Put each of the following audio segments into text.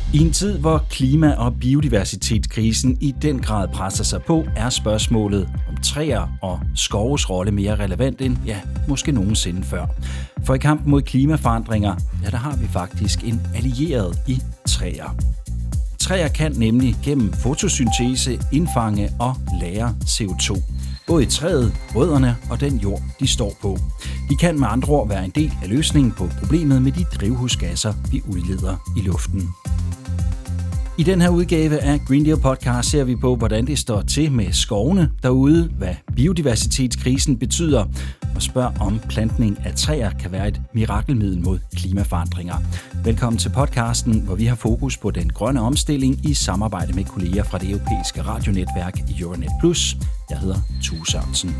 I en tid, hvor klima- og biodiversitetskrisen i den grad presser sig på, er spørgsmålet om træer og skoves rolle mere relevant end, måske nogensinde før. For i kampen mod klimaforandringer, der har vi faktisk en allieret i træer. Træer kan nemlig gennem fotosyntese indfange og lagre CO2. Både i træet, rødderne og den jord, de står på. De kan med andre ord være en del af løsningen på problemet med de drivhusgasser, vi udleder i luften. I den her udgave af Green Deal Podcast ser vi på, hvordan det står til med skovene derude, hvad biodiversitetskrisen betyder, og spørger om plantning af træer kan være et mirakelmiddel mod klimaforandringer. Velkommen til podcasten, hvor vi har fokus på den grønne omstilling i samarbejde med kolleger fra det europæiske radionetværk Euronet Plus. Jeg hedder Tue Sørensen.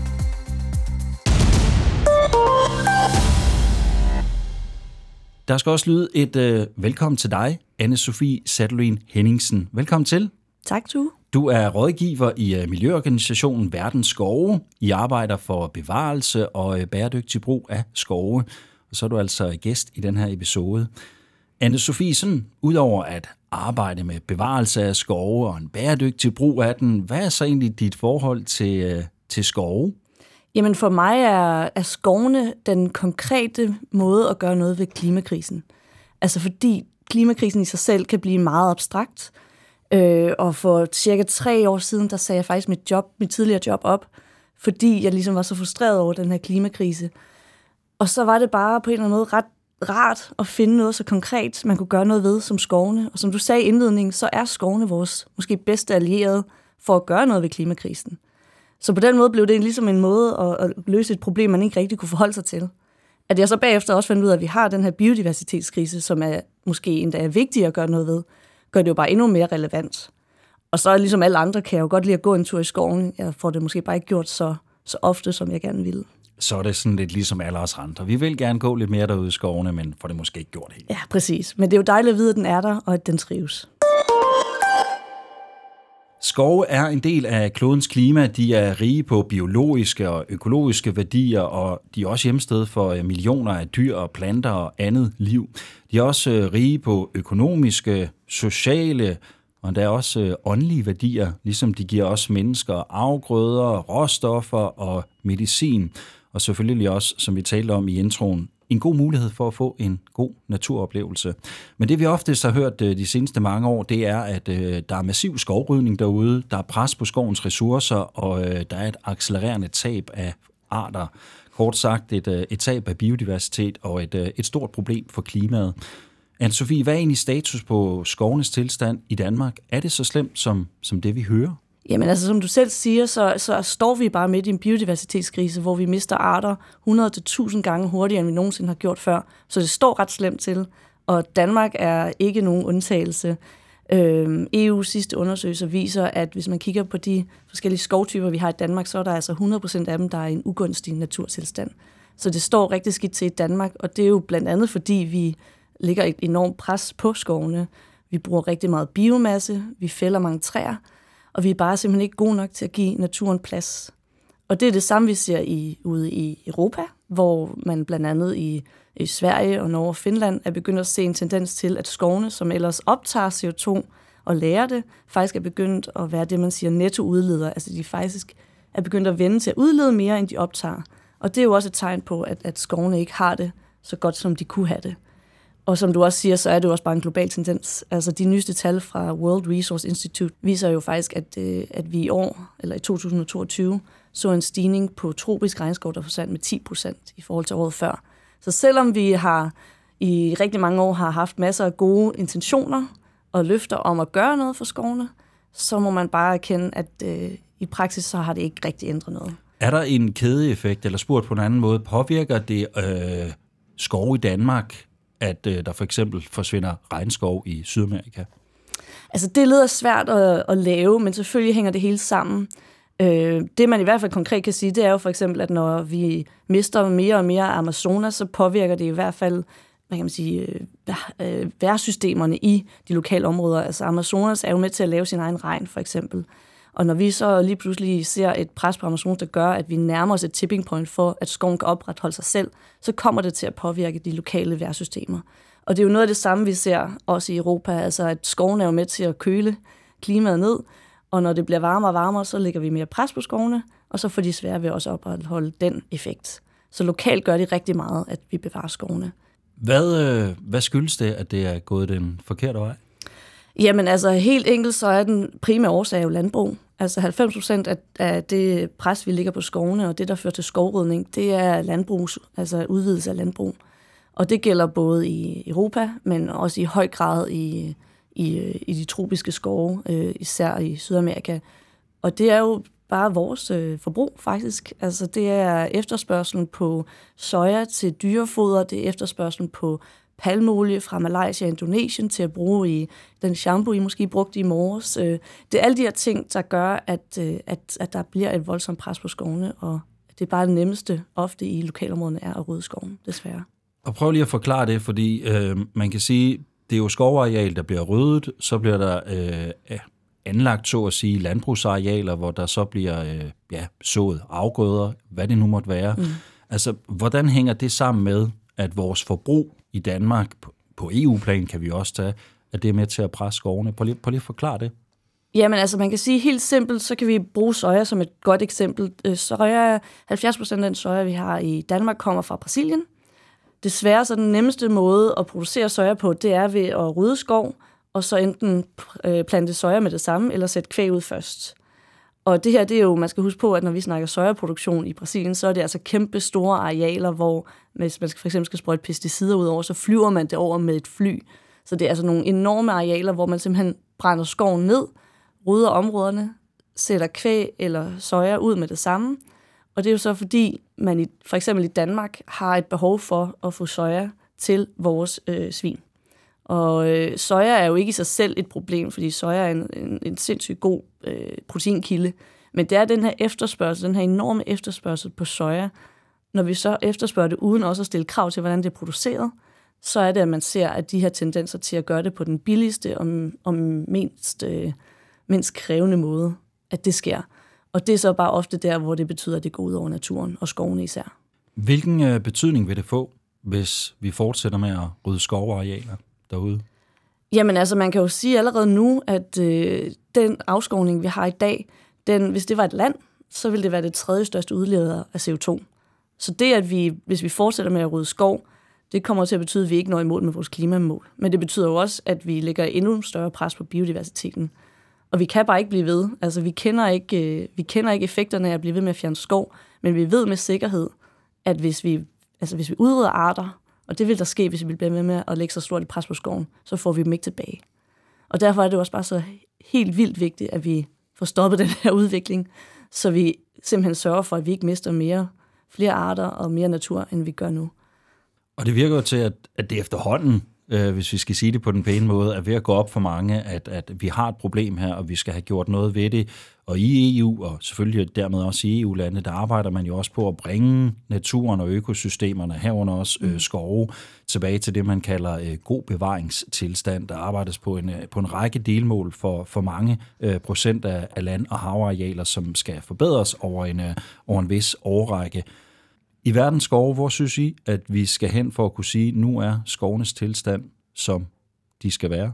Der skal også lyde et velkommen til dig, Anne-Sophie Sadolin Henningsen. Velkommen til. Tak, Tue. Du er rådgiver i miljøorganisationen Verdens Skove. I arbejder for bevarelse og bæredygtig brug af skove. Og så er du altså gæst i den her episode. Anne-Sophie, sådan udover at arbejde med bevarelse af skove og en bæredygtig brug af den, hvad er så egentlig dit forhold til skove? Jamen for mig er skovene den konkrete måde at gøre noget ved klimakrisen. Altså fordi klimakrisen i sig selv kan blive meget abstrakt. Og for cirka 3 år siden, der sagde jeg faktisk mit tidligere job op, fordi jeg ligesom var så frustreret over den her klimakrise. Og så var det bare på en eller anden måde ret rart at finde noget så konkret, man kunne gøre noget ved som skovene. Og som du sagde i indledningen, så er skovene vores måske bedste allierede for at gøre noget ved klimakrisen. Så på den måde blev det ligesom en måde at løse et problem, man ikke rigtig kunne forholde sig til. At jeg så bagefter også fandt ud af, at vi har den her biodiversitetskrise, som er måske endda er vigtig at gøre noget ved, gør det jo bare endnu mere relevant. Og så ligesom alle andre kan jeg jo godt lide at gå en tur i skoven. Jeg får det måske bare ikke gjort så ofte, som jeg gerne ville. Så er det sådan lidt ligesom alle os andre. Vi vil gerne gå lidt mere derude i skovene, men får det måske ikke gjort helt. Ja, præcis. Men det er jo dejligt at vide, at den er der, og at den trives. Skove er en del af klodens klima. De er rige på biologiske og økologiske værdier, og de er også hjemsted for millioner af dyr og planter og andet liv. De er også rige på økonomiske, sociale og endda også åndelige værdier, ligesom de giver os mennesker afgrøder, råstoffer og medicin. Og selvfølgelig også, som vi talte om i introen, en god mulighed for at få en god naturoplevelse. Men det vi oftest har hørt de seneste mange år, det er, at der er massiv skovrydning derude, der er pres på skovens ressourcer, og der er et accelererende tab af arter. Kort sagt et tab af biodiversitet og et stort problem for klimaet. Anne-Sophie, hvad er egentlig status på skovenes tilstand i Danmark? Er det så slemt som det, vi hører? Jamen altså, som du selv siger, så står vi bare midt i en biodiversitetskrise, hvor vi mister arter 100-1000 gange hurtigere, end vi nogensinde har gjort før. Så det står ret slemt til, og Danmark er ikke nogen undtagelse. EU's sidste undersøgelser viser, at hvis man kigger på de forskellige skovtyper, vi har i Danmark, så er der altså 100% af dem, der er i en ugunstig naturtilstand. Så det står rigtig skidt til i Danmark, og det er jo blandt andet, fordi vi lægger et enormt pres på skovene. Vi bruger rigtig meget biomasse, vi fælder mange træer, og vi er bare simpelthen ikke gode nok til at give naturen plads. Og det er det samme, vi ser ude i Europa, hvor man blandt andet i Sverige og Norge og Finland er begyndt at se en tendens til, at skovene, som ellers optager CO2 og lærer det, faktisk er begyndt at være det, man siger nettoudleder. Altså de faktisk er begyndt at vende til at udlede mere, end de optager. Og det er jo også et tegn på, at skovene ikke har det så godt, som de kunne have det. Og som du også siger, så er det jo også bare en global tendens. Altså de nyeste tal fra World Resource Institute viser jo faktisk, at vi i år, eller i 2022, så en stigning på tropisk regnskov, der forsvandt med 10% i forhold til året før. Så selvom vi i rigtig mange år har haft masser af gode intentioner og løfter om at gøre noget for skovene, så må man bare erkende, at i praksis så har det ikke rigtig ændret noget. Er der en kædeeffekt, eller spurgt på en anden måde, påvirker det skov i Danmark, at der for eksempel forsvinder regnskov i Sydamerika? Altså det lyder svært at lave, men selvfølgelig hænger det hele sammen. Det man i hvert fald konkret kan sige, det er jo for eksempel, at når vi mister mere og mere af Amazonas, så påvirker det i hvert fald, hvad kan man sige, vejrsystemerne i de lokale områder. Altså Amazonas er jo med til at lave sin egen regn for eksempel. Og når vi så lige pludselig ser et pres på Amazonas, der gør, at vi nærmer os et tipping point for, at skoven kan opretholde sig selv, så kommer det til at påvirke de lokale vejrsystemer. Og det er jo noget af det samme, vi ser også i Europa, altså at skoven er jo med til at køle klimaet ned, og når det bliver varmere og varmere, så lægger vi mere pres på skovene, og så får de svære ved også at opretholde den effekt. Så lokalt gør det rigtig meget, at vi bevarer skovene. Hvad skyldes det, at det er gået den forkerte vej? Jamen altså helt enkelt, så er den primære årsag jo landbrug. Altså 90% af det pres, vi ligger på skovene, og det, der fører til skovrydning, det er landbrug, altså udvidelse af landbrug. Og det gælder både i Europa, men også i høj grad i de tropiske skove, især i Sydamerika. Og det er jo bare vores forbrug, faktisk. Altså det er efterspørgselen på soja til dyrefoder, det er efterspørgselen på palmeolie fra Malaysia og Indonesien til at bruge i den shampoo, I måske brugte i morges. Det er alle de her ting, der gør, at der bliver et voldsomt pres på skovene, og det er bare det nemmeste ofte i lokalområderne er at rydde skoven, desværre. Og prøv lige at forklare det, fordi man kan sige, det er jo skovareal, der bliver ryddet, så bliver der anlagt, så at sige, landbrugsarealer, hvor der så bliver sået afgrøder, hvad det nu måtte være. Altså, hvordan hænger det sammen med, at vores forbrug i Danmark, på EU-plan kan vi også tage, at det er med til at presse skovene? Prøv lige at forklare det. Jamen altså, man kan sige helt simpelt, så kan vi bruge soja som et godt eksempel. Soja, 70% af den soja, vi har i Danmark, kommer fra Brasilien. Desværre så den nemmeste måde at producere soja på, det er ved at rydde skov, og så enten plante soja med det samme, eller sætte kvæg ud først. Og det her, det er jo, man skal huske på, at når vi snakker sojaproduktion i Brasilien, så er det altså kæmpe store arealer, hvor hvis man for eksempel skal sprøjte pesticider ud over, så flyver man det over med et fly. Så det er altså nogle enorme arealer, hvor man simpelthen brænder skoven ned, rydder områderne, sætter kvæg eller soja ud med det samme. Og det er jo så fordi, man for eksempel i Danmark har et behov for at få soja til vores svin. Og soja er jo ikke i sig selv et problem, fordi soja er en sindssygt god proteinkilde. Men det er den her efterspørgsel, den her enorme efterspørgsel på soja. Når vi så efterspørger det uden også at stille krav til, hvordan det er produceret, så er det, at man ser, at de her tendenser til at gøre det på den billigste og mindst krævende måde, at det sker. Og det er så bare ofte der, hvor det betyder, at det går ud over naturen og skovene især. Hvilken betydning vil det få, hvis vi fortsætter med at rydde skovarealer derude? Jamen altså, man kan jo sige allerede nu, at den afskovning, vi har i dag, hvis det var et land, så ville det være det tredje største udleder af CO2. Så det, at hvis vi fortsætter med at rydde skov, det kommer til at betyde, at vi ikke når i mål med vores klimamål. Men det betyder jo også, at vi lægger endnu større pres på biodiversiteten. Og vi kan bare ikke blive ved. Altså, vi kender ikke effekterne af at blive ved med at fjerne skov, men vi ved med sikkerhed, at hvis vi udrydder arter, og det vil der ske, hvis vi bliver ved med at lægge så stort et pres på skoven, så får vi dem ikke tilbage. Og derfor er det også bare så helt vildt vigtigt, at vi får stoppet den her udvikling, så vi simpelthen sørger for, at vi ikke mister flere arter og mere natur, end vi gør nu. Og det virker jo til, at det efterhånden, hvis vi skal sige det på den pæne måde, er ved at gå op for mange, at vi har et problem her, og vi skal have gjort noget ved det. Og i EU, og selvfølgelig dermed også i EU-lande, der arbejder man jo også på at bringe naturen og økosystemerne, herunder også skove, tilbage til det, man kalder god bevaringstilstand. Der arbejdes på en række delmål for mange procent af land- og havarealer, som skal forbedres over en vis årrække. I verdens skove, hvor synes I, at vi skal hen for at kunne sige, at nu er skovenes tilstand, som de skal være?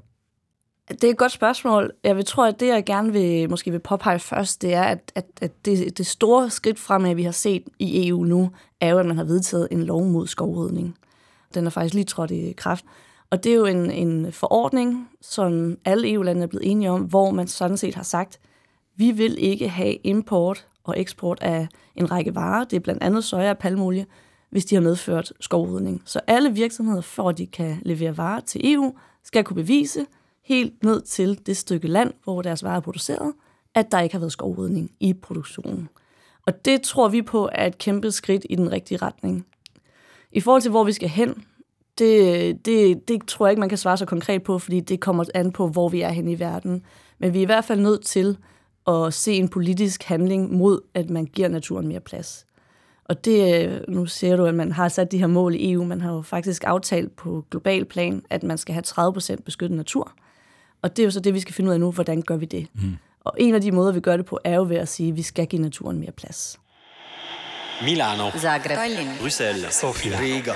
Det er et godt spørgsmål. Jeg tror, at det, jeg gerne vil påpege først, det er, at det store skridt fremad, vi har set i EU nu, er jo, at man har vedtaget en lov mod skovrydning. Den er faktisk lige trådt i kraft. Og det er jo en forordning, som alle EU-lande er blevet enige om, hvor man sådan set har sagt, vi vil ikke have import og eksport af en række varer, det er blandt andet soja og palmeolie, hvis de har medført skovrydning. Så alle virksomheder, for at de kan levere varer til EU, skal kunne bevise helt ned til det stykke land, hvor deres varer er produceret, at der ikke har været skovrydning i produktionen. Og det tror vi på er et kæmpe skridt i den rigtige retning. I forhold til, hvor vi skal hen, det tror jeg ikke, man kan svare så konkret på, fordi det kommer an på, hvor vi er hen i verden. Men vi er i hvert fald nødt til at se en politisk handling mod, at man giver naturen mere plads. Og det, nu ser du, at man har sat de her mål i EU. Man har jo faktisk aftalt på global plan, at man skal have 30% beskyttet natur. Og det er jo så det, vi skal finde ud af nu, hvordan gør vi det. Og en af de måder, vi gør det på, er jo ved at sige, at vi skal give naturen mere plads. Milano, Zagreb, Bruxelles, Sofia, Riga,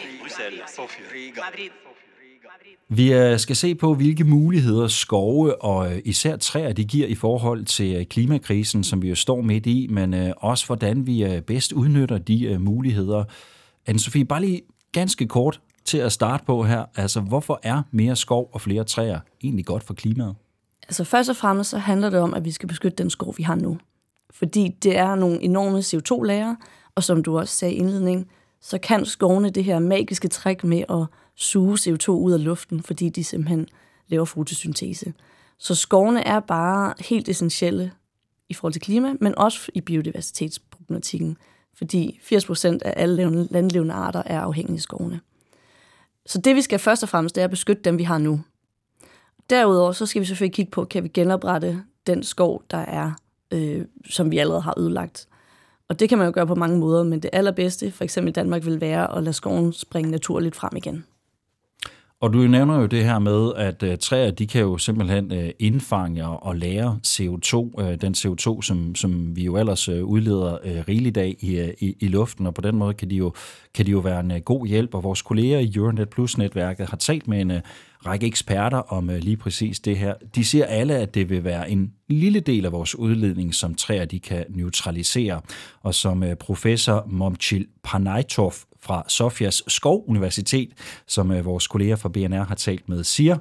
Vi skal se på, hvilke muligheder skove og især træer de giver i forhold til klimakrisen, som vi jo står midt i, men også hvordan vi bedst udnytter de muligheder. Anne-Sophie, bare lige ganske kort til at starte på her. Altså, hvorfor er mere skov og flere træer egentlig godt for klimaet? Altså først og fremmest så handler det om, at vi skal beskytte den skov, vi har nu. Fordi det er nogle enorme CO2-lagre, og som du også sagde i indledningen, så kan skovene det her magiske træk med at suge CO2 ud af luften, fordi de simpelthen laver fotosyntese. Så skovene er bare helt essentielle i forhold til klima, men også i biodiversitetsproblematikken, fordi 80% af alle landlevende arter er afhængige af skovene. Så det vi skal først og fremmest, det er at beskytte dem, vi har nu. Derudover så skal vi selvfølgelig kigge på, kan vi genoprette den skov, der er, som vi allerede har ødelagt. Og det kan man jo gøre på mange måder, men det allerbedste, for eksempel i Danmark, vil være at lade skoven springe naturligt frem igen. Og du nævner jo det her med, at træer, de kan jo simpelthen indfange og lagre CO2, den CO2, som vi jo ellers udleder rigeligt af i luften, og på den måde kan de jo være en god hjælp, og vores kolleger i Euronet Plus-netværket har talt med en række eksperter om lige præcis det her. De siger alle, at det vil være en lille del af vores udledning, som træer de kan neutralisere, og som professor Momchil Panaitov fra Sofias Skov-universitet, som vores kolleger fra BNR har talt med, siger,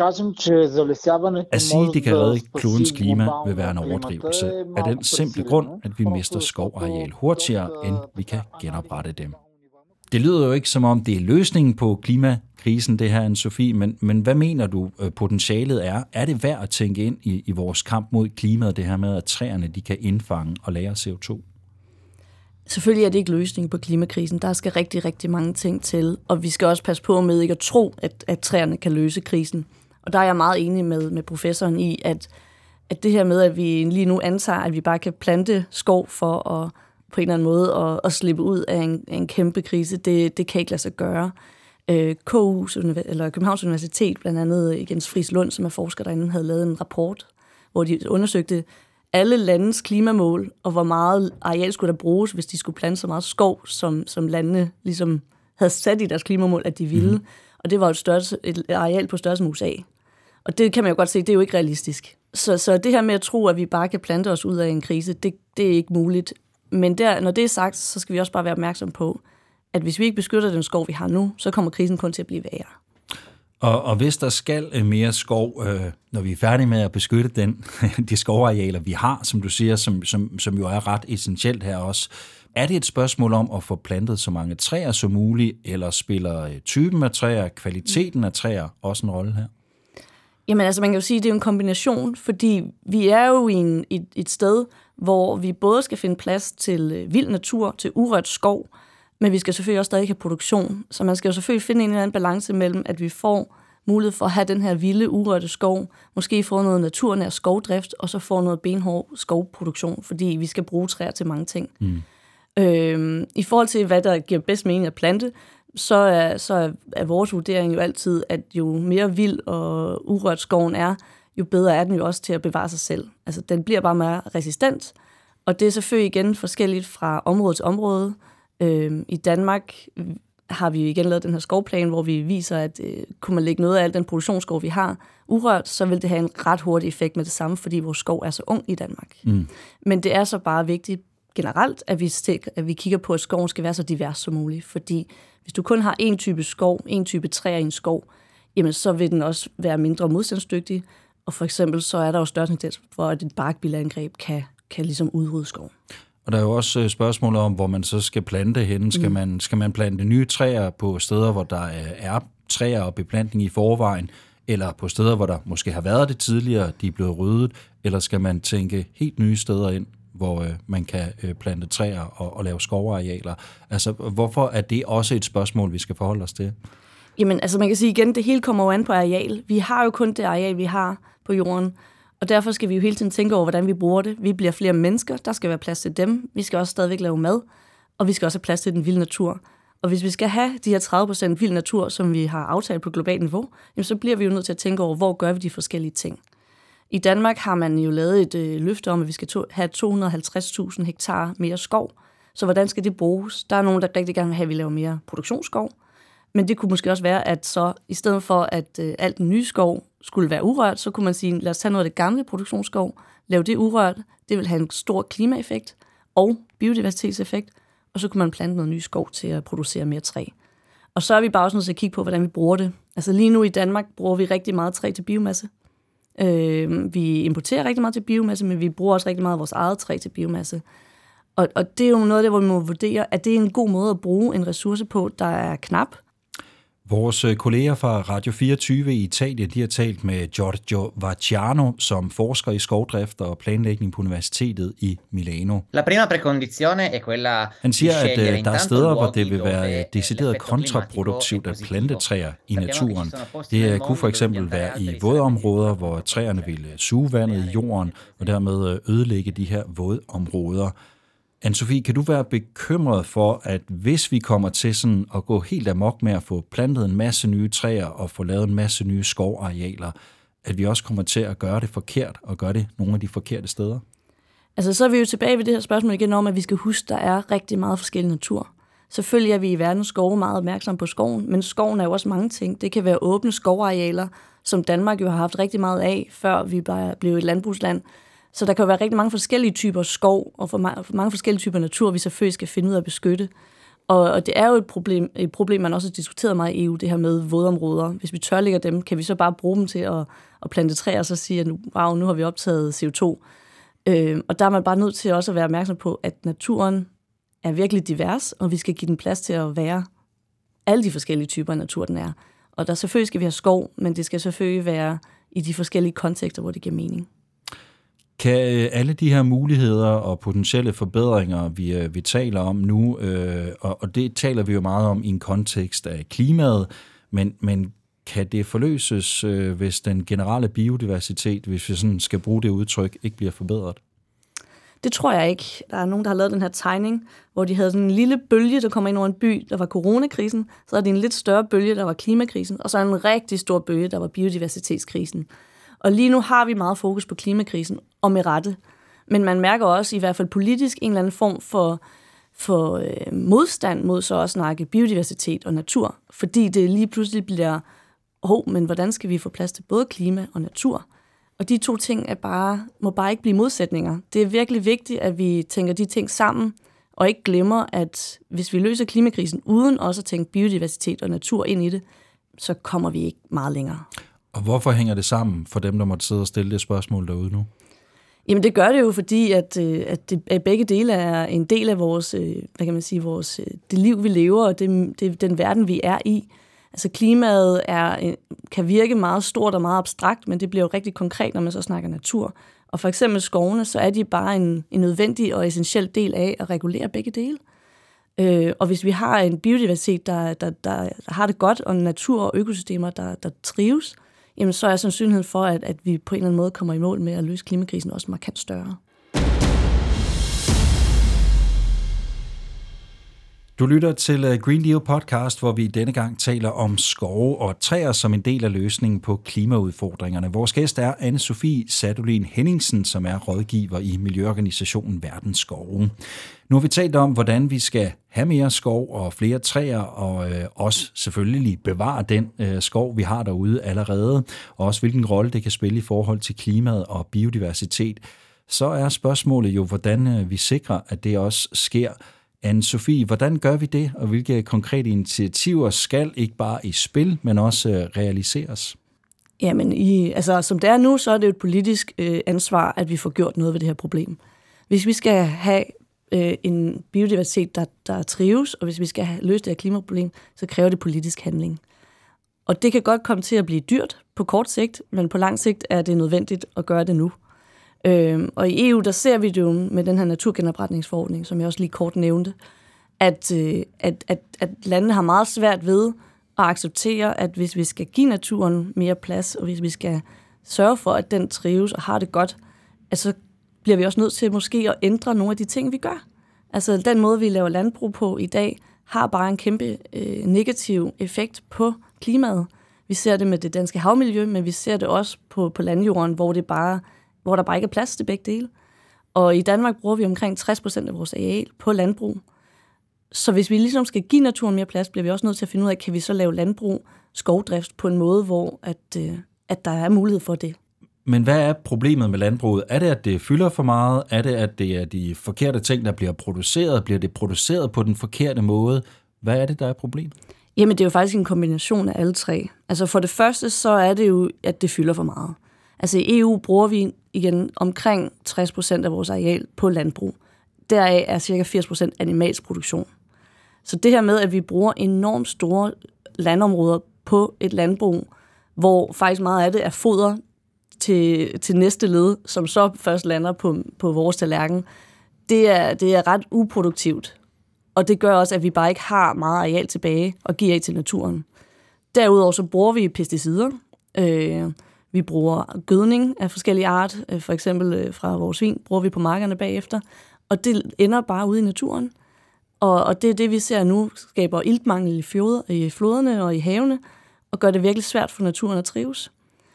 at sige, det kan redde klodens klima, vil være en overdrivelse af den simple grund, at vi mister skovareal hurtigere, end vi kan genoprette dem. Det lyder jo ikke som om, det er løsningen på klimakrisen, det her, Anne-Sophie, men hvad mener du potentialet er? Er det værd at tænke ind i vores kamp mod klimaet, det her med, at træerne de kan indfange og lagre CO2? Selvfølgelig er det ikke løsningen på klimakrisen. Der skal rigtig, rigtig mange ting til, og vi skal også passe på med ikke at tro, at træerne kan løse krisen. Og der er jeg meget enig med professoren i, at det her med, at vi lige nu antager, at vi bare kan plante skov for at på en eller anden måde at slippe ud af en kæmpe krise, det kan ikke lade sig gøre. Københavns Universitet, blandt andet Jens Friis Lund, som er forsker derinde, havde lavet en rapport, hvor de undersøgte alle landets klimamål, og hvor meget areal skulle der bruges, hvis de skulle plante så meget skov, som landene ligesom havde sat i deres klimamål, at de ville. Mm. Og det var et areal på størrelse med USA. Og det kan man jo godt se, det er jo ikke realistisk. Så det her med at tro, at vi bare kan plante os ud af en krise, det er ikke muligt. Men når det er sagt, så skal vi også bare være opmærksom på, at hvis vi ikke beskytter den skov, vi har nu, så kommer krisen kun til at blive værre. Og hvis der skal mere skov, når vi er færdige med at beskytte de skovarealer, vi har, som du siger, som jo er ret essentielt her også, er det et spørgsmål om at få plantet så mange træer som muligt, eller spiller typen af træer, kvaliteten af træer også en rolle her? Jamen altså, man kan jo sige, at det er en kombination, fordi vi er jo i et sted, hvor vi både skal finde plads til vild natur, til urørt skov, men vi skal selvfølgelig også stadig have produktion. Så man skal jo selvfølgelig finde en eller anden balance mellem, at vi får mulighed for at have den her vilde, urørte skov, måske få noget naturnær skovdrift, og så få noget benhård skovproduktion, fordi vi skal bruge træer til mange ting. Mm. I forhold til, hvad der giver bedst mening at plante, så er vores vurdering jo altid, at jo mere vild og urørt skoven er, jo bedre er den jo også til at bevare sig selv. Altså, den bliver bare mere resistent, og det er selvfølgelig igen forskelligt fra område til område. I Danmark har vi igen lavet den her skovplan, hvor vi viser, at kunne man lægge noget af al den produktionsskov, vi har, urørt, så vil det have en ret hurtig effekt med det samme, fordi vores skov er så ung i Danmark. Mm. Men det er så bare vigtigt generelt, at vi kigger på, at skoven skal være så divers som muligt, fordi hvis du kun har en type skov, en type træer i en skov, jamen så vil den også være mindre modstandsdygtig, og for eksempel så er der jo større tendens for, at et barkbillangreb kan ligesom udrydde skoven. Og der er jo også spørgsmålet om, hvor man så skal plante henne. Skal man plante nye træer på steder, hvor der er træer og beplantning i forvejen, eller på steder, hvor der måske har været det tidligere, de er blevet ryddet, eller skal man tænke helt nye steder ind, hvor man kan plante træer og lave skovarealer? Altså, hvorfor er det også et spørgsmål, vi skal forholde os til? Jamen, altså man kan sige igen, det hele kommer jo an på areal. Vi har jo kun det areal, vi har på jorden, og derfor skal vi jo hele tiden tænke over, hvordan vi bruger det. Vi bliver flere mennesker, der skal være plads til dem. Vi skal også stadigvæk lave mad, og vi skal også have plads til den vilde natur. Og hvis vi skal have de her 30% vild natur, som vi har aftalt på globalt niveau, jamen, så bliver vi jo nødt til at tænke over, hvor gør vi de forskellige ting. I Danmark har man jo lavet et løfte om, at vi skal have 250.000 hektar mere skov. Så hvordan skal det bruges? Der er nogen, der rigtig gerne vil have, at vi laver mere produktionsskov. Men det kunne måske også være, at så i stedet for, at alt den nye skov skulle være urørt, så kunne man sige, lad os tage noget af det gamle produktionsskov, lave det urørt. Det vil have en stor klimaeffekt og biodiversitetseffekt. Og så kunne man plante noget ny skov til at producere mere træ. Og så er vi bare også nødt til at kigge på, hvordan vi bruger det. Altså lige nu i Danmark bruger vi rigtig meget træ til biomasse. Vi importerer rigtig meget til biomasse, men vi bruger også rigtig meget af vores eget træ til biomasse. Og det er jo noget af det, hvor vi må vurdere, at det er en god måde at bruge en ressource på, der er knap. Vores kolleger fra Radio 24 i Italien, de har talt med Giorgio Vacciano, som forsker i skovdrift og planlægning på Universitetet i Milano. Han siger, at der er steder, hvor det vil være decideret kontraproduktivt at plante træer i naturen. Det kunne for eksempel være i vådområder, hvor træerne vil suge vandet i jorden og dermed ødelægge de her vådområder. Anne-Sophie, kan du være bekymret for, at hvis vi kommer til sådan at gå helt amok med at få plantet en masse nye træer og få lavet en masse nye skovarealer, at vi også kommer til at gøre det forkert og gøre det nogle af de forkerte steder? Altså så er vi jo tilbage ved det her spørgsmål igen om, at vi skal huske, at der er rigtig meget forskellig natur. Selvfølgelig er vi i verdens skove meget opmærksomme på skoven, men skoven er jo også mange ting. Det kan være åbne skovarealer, som Danmark jo har haft rigtig meget af, før vi bare blev et landbrugsland. Så der kan jo være rigtig mange forskellige typer skov, og for mange forskellige typer natur, vi selvfølgelig skal finde ud af at beskytte. Og det er jo et problem, man også har diskuteret meget i EU, det her med vådområder. Hvis vi tørlægger dem, kan vi så bare bruge dem til at plante træer, og så sige, at wow, nu har vi optaget CO2. Og der er man bare nødt til også at være opmærksom på, at naturen er virkelig divers, og vi skal give den plads til at være alle de forskellige typer af natur, den er. Og der selvfølgelig skal vi have skov, men det skal selvfølgelig være i de forskellige kontekster, hvor det giver mening. Kan alle de her muligheder og potentielle forbedringer, vi taler om nu, og det taler vi jo meget om i en kontekst af klimaet, men kan det forløses, hvis den generelle biodiversitet, hvis vi sådan skal bruge det udtryk, ikke bliver forbedret? Det tror jeg ikke. Der er nogen, der har lavet den her tegning, hvor de havde sådan en lille bølge, der kommer ind over en by, der var coronakrisen, så er det en lidt større bølge, der var klimakrisen, og så en rigtig stor bølge, der var biodiversitetskrisen. Og lige nu har vi meget fokus på klimakrisen, og med rette. Men man mærker også i hvert fald politisk en eller anden form for modstand mod så at snakke biodiversitet og natur. Fordi det lige pludselig bliver, men hvordan skal vi få plads til både klima og natur? Og de to ting må bare ikke blive modsætninger. Det er virkelig vigtigt, at vi tænker de ting sammen, og ikke glemmer, at hvis vi løser klimakrisen uden også at tænke biodiversitet og natur ind i det, så kommer vi ikke meget længere. Og hvorfor hænger det sammen for dem, der måtte sidde og stille det spørgsmål derude nu? Jamen det gør det jo, fordi at begge dele er en del af vores, det liv, vi lever, og den verden, vi er i. Altså klimaet kan virke meget stort og meget abstrakt, men det bliver jo rigtig konkret, når man så snakker natur. Og for eksempel skovene, så er de bare en nødvendig og essentiel del af at regulere begge dele. Og hvis vi har en biodiversitet, der har det godt, og natur og økosystemer, der trives, jamen så er sandsynligheden for, at vi på en eller anden måde kommer i mål med at løse klimakrisen også markant større. Du lytter til Green Deal podcast, hvor vi denne gang taler om skove og træer som en del af løsningen på klimaudfordringerne. Vores gæst er Anne-Sophie Sadolin Henningsen, som er rådgiver i miljøorganisationen Verdens Skove. Nu har vi talt om, hvordan vi skal have mere skov og flere træer, og også selvfølgelig bevare den skov, vi har derude allerede, og også hvilken rolle det kan spille i forhold til klimaet og biodiversitet. Så er spørgsmålet jo, hvordan vi sikrer, at det også sker. Anne-Sophie, hvordan gør vi det, og hvilke konkrete initiativer skal ikke bare i spil, men også realiseres? Jamen, som det er nu, så er det jo et politisk ansvar, at vi får gjort noget ved det her problem. Hvis vi skal have en biodiversitet, der trives, og hvis vi skal løse det her klimaproblem, så kræver det politisk handling. Og det kan godt komme til at blive dyrt på kort sigt, men på lang sigt er det nødvendigt at gøre det nu. Og i EU, der ser vi det jo med den her naturgenopretningsforordning, som jeg også lige kort nævnte, at landene har meget svært ved at acceptere, at hvis vi skal give naturen mere plads, og hvis vi skal sørge for, at den trives og har det godt, så bliver vi også nødt til måske at ændre nogle af de ting, vi gør. Altså den måde, vi laver landbrug på i dag, har bare en kæmpe negativ effekt på klimaet. Vi ser det med det danske havmiljø, men vi ser det også på landjorden, hvor der bare ikke er plads til begge dele. Og i Danmark bruger vi omkring 60% af vores areal på landbrug. Så hvis vi ligesom skal give naturen mere plads, bliver vi også nødt til at finde ud af, kan vi så lave landbrug, skovdrift på en måde, hvor at der er mulighed for det. Men hvad er problemet med landbruget? Er det, at det fylder for meget? Er det, at det er de forkerte ting, der bliver produceret? Bliver det produceret på den forkerte måde? Hvad er det, der er problemet? Jamen, det er jo faktisk en kombination af alle tre. Altså for det første, så er det jo, at det fylder for meget. Altså i EU bruger vi igen omkring 60% af vores areal på landbrug. Deraf er ca. 80% animalsk produktion. Så det her med, at vi bruger enormt store landområder på et landbrug, hvor faktisk meget af det er foder til næste led, som så først lander på vores tallerken, det er ret uproduktivt. Og det gør også, at vi bare ikke har meget areal tilbage at give af til naturen. Derudover så bruger vi pesticider. Vi bruger gødning af forskellige art. For eksempel fra vores svin bruger vi på markerne bagefter. Og det ender bare ude i naturen. Og det er det, vi ser nu, skaber iltmangel i floderne og i havene, og gør det virkelig svært for naturen at trives.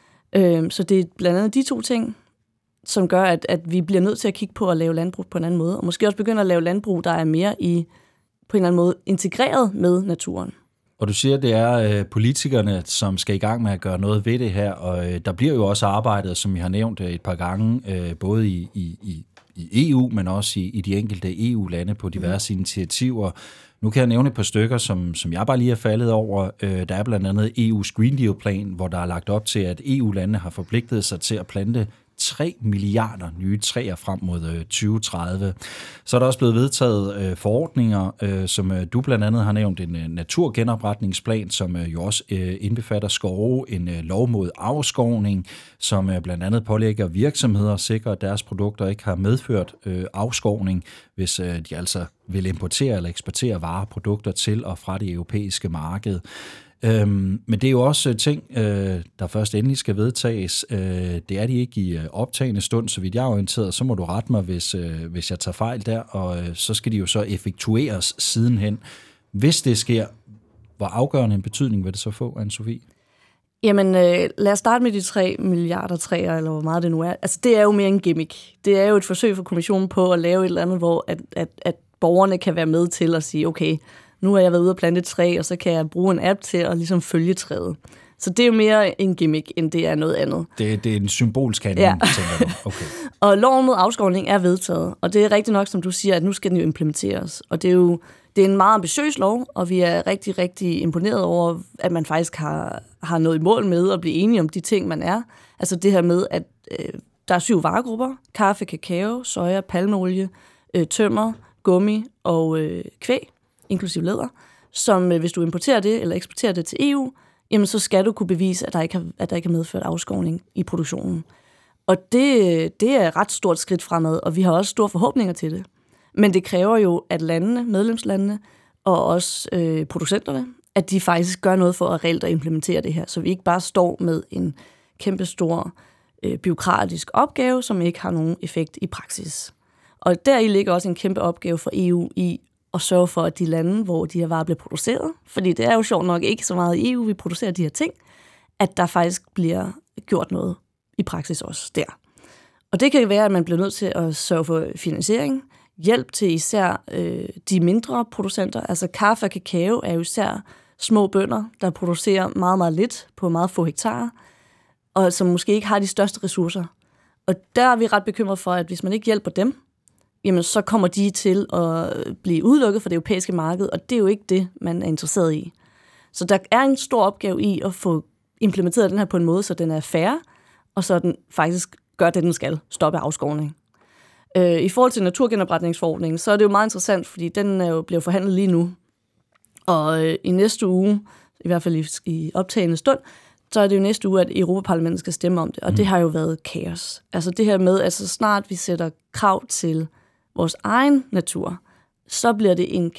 Så det er blandt andet de to ting, som gør, at vi bliver nødt til at kigge på at lave landbrug på en anden måde. Og måske også begynde at lave landbrug, der er mere på en eller anden måde integreret med naturen. Og du siger, at det er politikerne, som skal i gang med at gøre noget ved det her, og der bliver jo også arbejdet, som vi har nævnt et par gange, både i EU, men også i de enkelte EU-lande på diverse initiativer. Nu kan jeg nævne et par stykker, som jeg bare lige er faldet over. Der er blandt andet EU's Green Deal-plan, hvor der er lagt op til, at EU-landene har forpligtet sig til at plante 3 milliarder nye træer frem mod 2030. Så er der også blevet vedtaget forordninger, som du blandt andet har nævnt, en naturgenopretningsplan, som jo også indbefatter skove, en lov mod afskovning, som blandt andet pålægger virksomheder at sikre, at deres produkter ikke har medført afskovning, hvis de altså vil importere eller eksportere vareprodukter til og fra det europæiske marked. Men det er jo også ting, der først endelig skal vedtages. Det er de ikke i optagende stund, så vidt jeg er orienteret. Så må du rette mig, hvis jeg tager fejl der, og så skal de jo så effektueres sidenhen. Hvis det sker, hvor afgørende en betydning vil det så få, Anne-Sophie? Jamen, lad os starte med de 3 milliarder træer, eller hvor meget det nu er. Altså, det er jo mere en gimmick. Det er jo et forsøg for kommissionen på at lave et eller andet, hvor at borgerne kan være med til at sige, okay, nu har jeg været ude at plante et træ, og så kan jeg bruge en app til at ligesom følge træet. Så det er jo mere en gimmick, end det er noget andet. Det er en symbolsk handling, ja. Tænker du. Okay. Og loven mod afskovning er vedtaget, og det er rigtigt nok, som du siger, at nu skal den jo implementeres. Og det er en meget ambitiøs lov, og vi er rigtig, rigtig imponeret over, at man faktisk har nået mål med at blive enige om de ting, man er. Altså det her med, at der er 7 varegrupper: kaffe, kakao, soja, palmeolie, tømmer, gummi og kvæg, inklusiv læder, som hvis du importerer det eller eksporterer det til EU, jamen så skal du kunne bevise, at der ikke har medført afskovning i produktionen. Og det er et ret stort skridt fremad, og vi har også store forhåbninger til det. Men det kræver jo, at medlemslandene og også producenterne, at de faktisk gør noget for at reelt at implementere det her, så vi ikke bare står med en kæmpestor bureaukratisk opgave, som ikke har nogen effekt i praksis. Og deri ligger også en kæmpe opgave for EU i at sørge for, at de lande, hvor de her varer bliver produceret, fordi det er jo sjovt nok ikke så meget i EU, vi producerer de her ting, at der faktisk bliver gjort noget i praksis også der. Og det kan være, at man bliver nødt til at sørge for finansiering, hjælp til især de mindre producenter. Altså kaffe og kakao er jo især små bønder, der producerer meget, meget lidt på meget få hektarer, og som måske ikke har de største ressourcer. Og der er vi ret bekymret for, at hvis man ikke hjælper dem, jamen så kommer de til at blive udelukket fra det europæiske marked, og det er jo ikke det, man er interesseret i. Så der er en stor opgave i at få implementeret den her på en måde, så den er fair, og så den faktisk gør det, den skal, stoppe afskovning. I forhold til naturgenopretningsforordningen, så er det jo meget interessant, fordi den bliver forhandlet lige nu. Og i næste uge, i hvert fald i optagende stund, så er det jo næste uge, at Europaparlamentet skal stemme om det, og det har jo været kaos. Altså det her med, at så snart vi sætter krav til vores egen natur, så bliver det en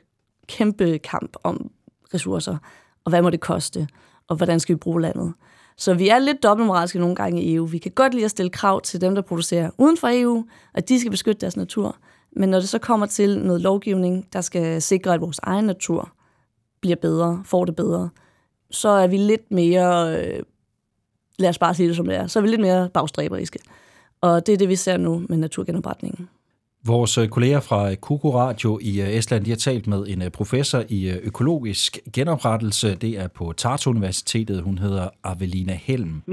kæmpe kamp om ressourcer, og hvad må det koste, og hvordan skal vi bruge landet. Så vi er lidt dobbeltmoralske nogle gange i EU. Vi kan godt lide at stille krav til dem, der producerer uden for EU, at de skal beskytte deres natur. Men når det så kommer til noget lovgivning, der skal sikre, at vores egen natur bliver bedre, får det bedre, så er vi lidt mere, lad os bare sige det som det er, så er vi lidt mere bagstræberiske. Og det er det, vi ser nu med naturgenopretningen. Vores kolleger fra Kuku Radio i Estland, de har talt med en professor i økologisk genoprettelse. Det er på Tartu Universitetet. Hun hedder Avelina Helm.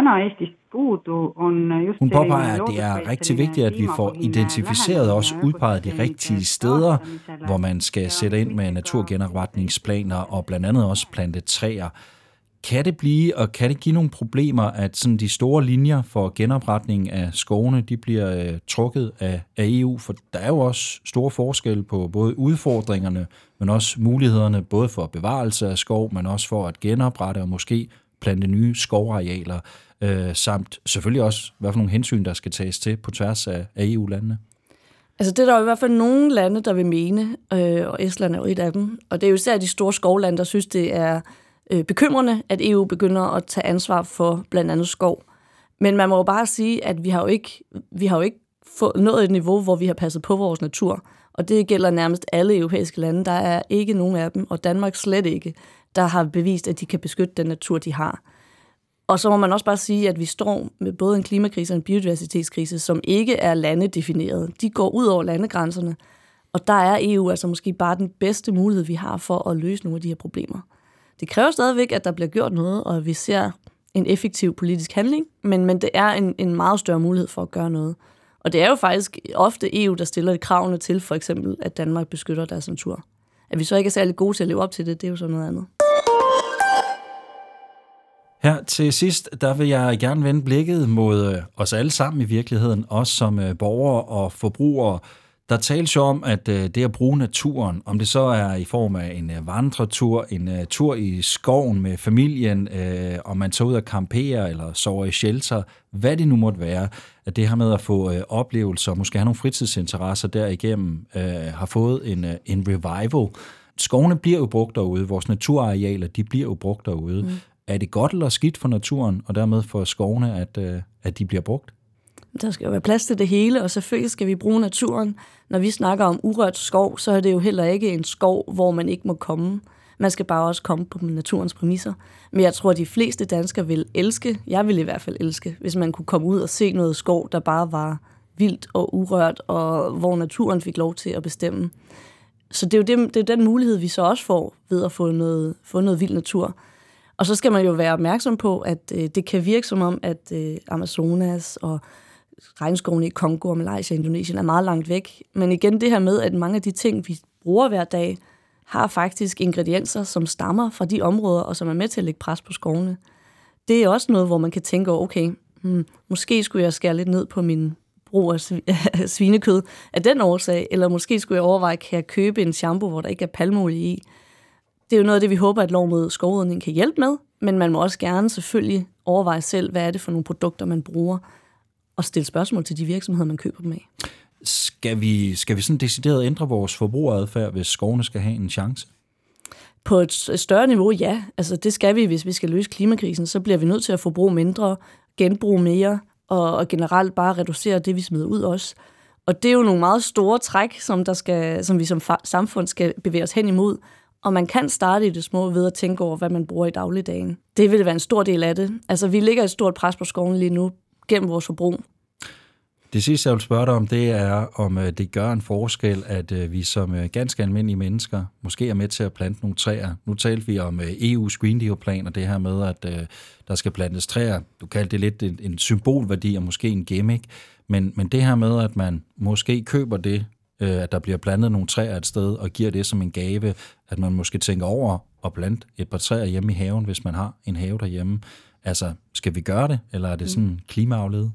Hun påpeger, at det er rigtig vigtigt, at vi får identificeret og også udpeget de rigtige steder, hvor man skal sætte ind med naturgenopretningsplaner og blandt andet også plante træer. Kan det blive, og kan det give nogle problemer, at sådan de store linjer for genopretning af skovene, de bliver trukket af EU? For der er jo også store forskelle på både udfordringerne, men også mulighederne både for bevarelse af skov, men også for at genoprette og måske plante nye skovarealer, samt selvfølgelig også, hvad for nogle hensyn, der skal tages til på tværs af EU-landene. Altså det er der i hvert fald nogle lande, der vil mene, og Estland er jo et af dem. Og det er jo især de store skovlande, der synes, det er bekymrende, at EU begynder at tage ansvar for blandt andet skov. Men man må jo bare sige, at vi har jo ikke nået et niveau, hvor vi har passet på vores natur. Og det gælder nærmest alle europæiske lande. Der er ikke nogen af dem, og Danmark slet ikke, der har bevist, at de kan beskytte den natur, de har. Og så må man også bare sige, at vi står med både en klimakrise og en biodiversitetskrise, som ikke er landedefineret. De går ud over landegrænserne, og der er EU altså måske bare den bedste mulighed, vi har for at løse nogle af de her problemer. Det kræver stadigvæk, at der bliver gjort noget, og at vi ser en effektiv politisk handling, men det er en meget større mulighed for at gøre noget. Og det er jo faktisk ofte EU, der stiller kravene til, for eksempel, at Danmark beskytter deres natur. At vi så ikke er særlig gode til at leve op til det, det er jo så noget andet. Her til sidst, der vil jeg gerne vende blikket mod os alle sammen i virkeligheden, os som borgere og forbrugere. Der tales jo om, at det at bruge naturen, om det så er i form af en vandretur, en tur i skoven med familien, om man tager ud og camperer eller sover i shelter, hvad det nu måtte være, at det her med at få oplevelser, måske have nogle fritidsinteresser derigennem, har fået en revival. Skovene bliver jo brugt derude, vores naturarealer, de bliver jo brugt derude. Er det godt eller skidt for naturen, og dermed for skovene, at de bliver brugt? Der skal jo være plads til det hele, og selvfølgelig skal vi bruge naturen. Når vi snakker om urørt skov, så er det jo heller ikke en skov, hvor man ikke må komme. Man skal bare også komme på naturens præmisser. Men jeg tror, at de fleste danskere vil elske, jeg vil i hvert fald elske, hvis man kunne komme ud og se noget skov, der bare var vildt og urørt, og hvor naturen fik lov til at bestemme. Så det er jo den mulighed, vi så også får ved at få noget vild natur. Og så skal man jo være opmærksom på, at det kan virke som om, at Amazonas og regnskovene i Kongo og Malaysia og Indonesien er meget langt væk. Men igen det her med, at mange af de ting, vi bruger hver dag, har faktisk ingredienser, som stammer fra de områder, og som er med til at lægge pres på skovene. Det er også noget, hvor man kan tænke over, okay, måske skulle jeg skære lidt ned på min brug af svinekød af den årsag, eller måske skulle jeg overveje, kan jeg købe en shampoo, hvor der ikke er palmeolie i. Det er jo noget af det, vi håber, at lov mod skovrydning kan hjælpe med, men man må også gerne selvfølgelig overveje selv, hvad er det for nogle produkter, man bruger, og stille spørgsmål til de virksomheder, man køber dem af. Skal vi sådan decideret ændre vores forbrugeradfærd, hvis skovene skal have en chance? På et større niveau, ja. Altså det skal vi, hvis vi skal løse klimakrisen. Så bliver vi nødt til at forbruge mindre, genbruge mere, og generelt bare reducere det, vi smider ud også. Og det er jo nogle meget store træk, som vi som samfund skal bevæge os hen imod. Og man kan starte i det små ved at tænke over, hvad man bruger i dagligdagen. Det vil være en stor del af det. Altså vi lægger et stort pres på skoven lige nu, gennem vores forbrug. Det sidste, jeg vil spørge dig om, det er, om det gør en forskel, at vi som ganske almindelige mennesker måske er med til at plante nogle træer. Nu talte vi om EU's Green Deal-plan, og det her med, at der skal plantes træer. Du kaldte det lidt en symbolværdi og måske en gimmick. Men det her med, at man måske køber det, at der bliver plantet nogle træer et sted, og giver det som en gave, at man måske tænker over at plante et par træer hjemme i haven, hvis man har en have derhjemme. Altså, skal vi gøre det, eller er det sådan klimaafledet?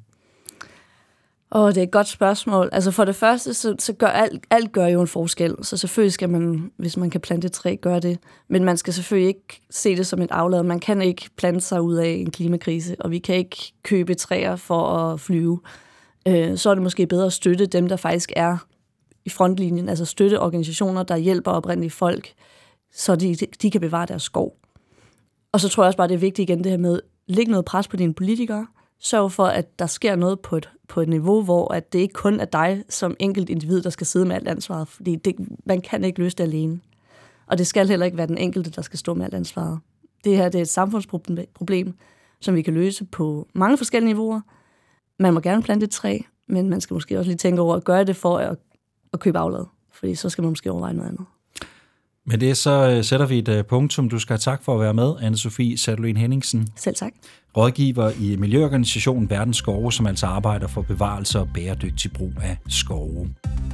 Det er et godt spørgsmål. Altså for det første, så gør alt gør jo en forskel. Så selvfølgelig skal man, hvis man kan plante et træ, gøre det. Men man skal selvfølgelig ikke se det som et aflad. Man kan ikke plante sig ud af en klimakrise, og vi kan ikke købe træer for at flyve. Så er det måske bedre at støtte dem, der faktisk er i frontlinjen. Altså støtte organisationer, der hjælper oprindelige folk, så de kan bevare deres skov. Og så tror jeg også bare, det er vigtigt igen det her med, læg noget pres på dine politikere. Sørg for, at der sker noget på et niveau, hvor at det ikke kun er dig som enkelt individ, der skal sidde med alt ansvaret. Fordi man kan ikke løse det alene. Og det skal heller ikke være den enkelte, der skal stå med alt ansvaret. det her det er et samfundsproblem, som vi kan løse på mange forskellige niveauer. Man må gerne plante et træ, men man skal måske også lige tænke over at gøre det for at købe aflad. Fordi så skal man måske overveje noget andet. Med det så sætter vi et punktum. Du skal have tak for at være med, Anne-Sophie Sadolin Henningsen. Selv tak. Rådgiver i Miljøorganisationen Verdens Skove, som altså arbejder for bevarelse og bæredygtig brug af skove.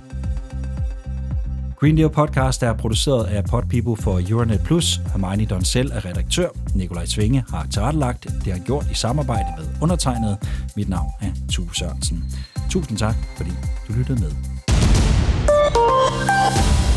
Green Deal Podcast er produceret af Podpeople for Euronet Plus. Hermione Donsel er redaktør. Nikolaj Svinge har tilrettelagt. Det har gjort i samarbejde med undertegnet. Mit navn er Tue Sørensen. Tusind tak, fordi du lyttede med.